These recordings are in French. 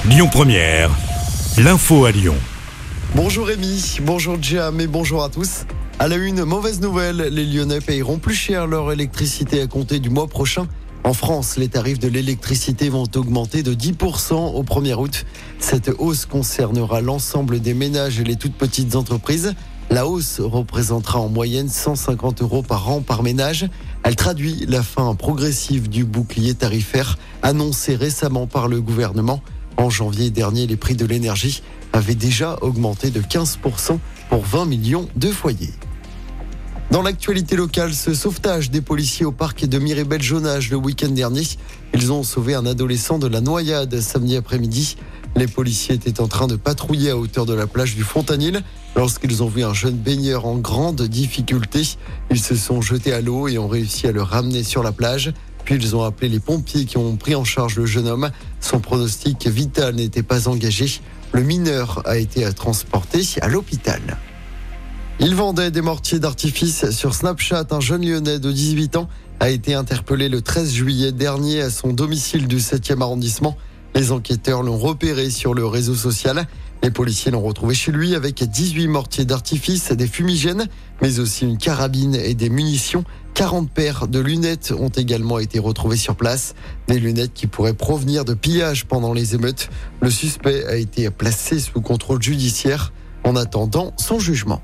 Lyon Première, l'info à Lyon. Bonjour Rémi, bonjour Jam et bonjour à tous. À la une, mauvaise nouvelle, les Lyonnais payeront plus cher leur électricité à compter du mois prochain. En France, les tarifs de l'électricité vont augmenter de 10% au 1er août. Cette hausse concernera l'ensemble des ménages et les toutes petites entreprises. La hausse représentera en moyenne 150 € par an par ménage. Elle traduit la fin progressive du bouclier tarifaire annoncé récemment par le gouvernement. En janvier dernier, les prix de l'énergie avaient déjà augmenté de 15% pour 20 millions de foyers. Dans l'actualité locale, ce sauvetage des policiers au parc de Miribel-Jonage le week-end dernier. Ils ont sauvé un adolescent de la noyade samedi après-midi. Les policiers étaient en train de patrouiller à hauteur de la plage du Fontanil lorsqu'ils ont vu un jeune baigneur en grande difficulté. Ils se sont jetés à l'eau et ont réussi à le ramener sur la plage. Puis ils ont appelé les pompiers qui ont pris en charge le jeune homme. Son pronostic vital n'était pas engagé. Le mineur a été transporté à l'hôpital. Il vendait des mortiers d'artifice sur Snapchat. Un jeune Lyonnais de 18 ans a été interpellé le 13 juillet dernier à son domicile du 7e arrondissement. Les enquêteurs l'ont repéré sur le réseau social. Les policiers l'ont retrouvé chez lui avec 18 mortiers d'artifice, des fumigènes, mais aussi une carabine et des munitions. 40 paires de lunettes ont également été retrouvées sur place. Des lunettes qui pourraient provenir de pillages pendant les émeutes. Le suspect a été placé sous contrôle judiciaire en attendant son jugement.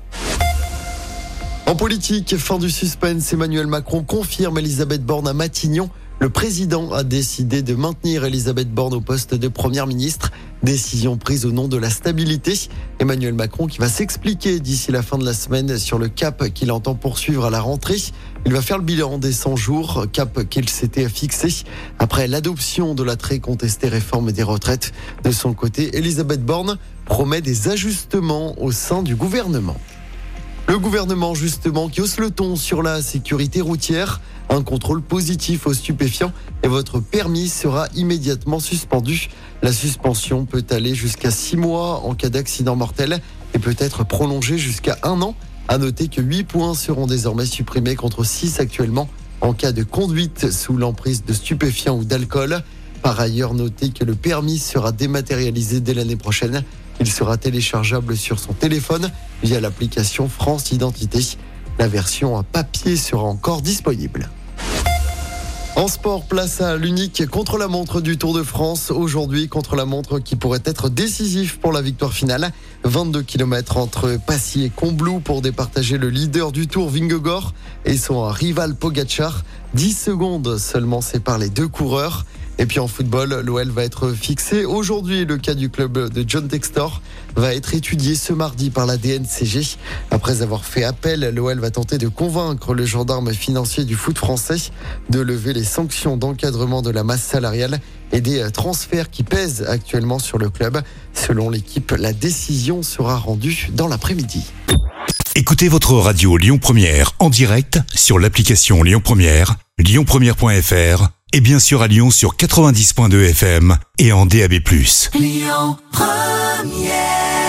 En politique, fin du suspense, Emmanuel Macron confirme Elisabeth Borne à Matignon. Le président a décidé de maintenir Elisabeth Borne au poste de première ministre. Décision prise au nom de la stabilité. Emmanuel Macron qui va s'expliquer d'ici la fin de la semaine sur le cap qu'il entend poursuivre à la rentrée. Il va faire le bilan des 100 jours, cap qu'il s'était fixé après l'adoption de la très contestée réforme des retraites. De son côté, Elisabeth Borne promet des ajustements au sein du gouvernement. Le gouvernement, justement, qui hausse le ton sur la sécurité routière. Un contrôle positif aux stupéfiants et votre permis sera immédiatement suspendu. La suspension peut aller jusqu'à 6 mois en cas d'accident mortel et peut être prolongée jusqu'à 1 an. À noter que 8 points seront désormais supprimés contre 6 actuellement en cas de conduite sous l'emprise de stupéfiants ou d'alcool. Par ailleurs, notez que le permis sera dématérialisé dès l'année prochaine. Il sera téléchargeable sur son téléphone via l'application France Identité. La version à papier sera encore disponible. En sport, place à l'unique contre-la-montre du Tour de France. Aujourd'hui, contre-la-montre qui pourrait être décisif pour la victoire finale. 22 km entre Passy et Combloux pour départager le leader du Tour, Vingegaard, et son rival Pogačar. 10 secondes seulement séparent les deux coureurs. Et puis en football, l'OL va être fixé. Aujourd'hui, le cas du club de John Textor va être étudié ce mardi par la DNCG. Après avoir fait appel, l'OL va tenter de convaincre le gendarme financier du foot français de lever les sanctions d'encadrement de la masse salariale et des transferts qui pèsent actuellement sur le club. Selon l'équipe, la décision sera rendue dans l'après-midi. Écoutez votre radio Lyon Première en direct sur l'application Lyon Première, lyonpremière.fr et bien sûr à Lyon sur 90.2 FM et en DAB+. Lyon Première.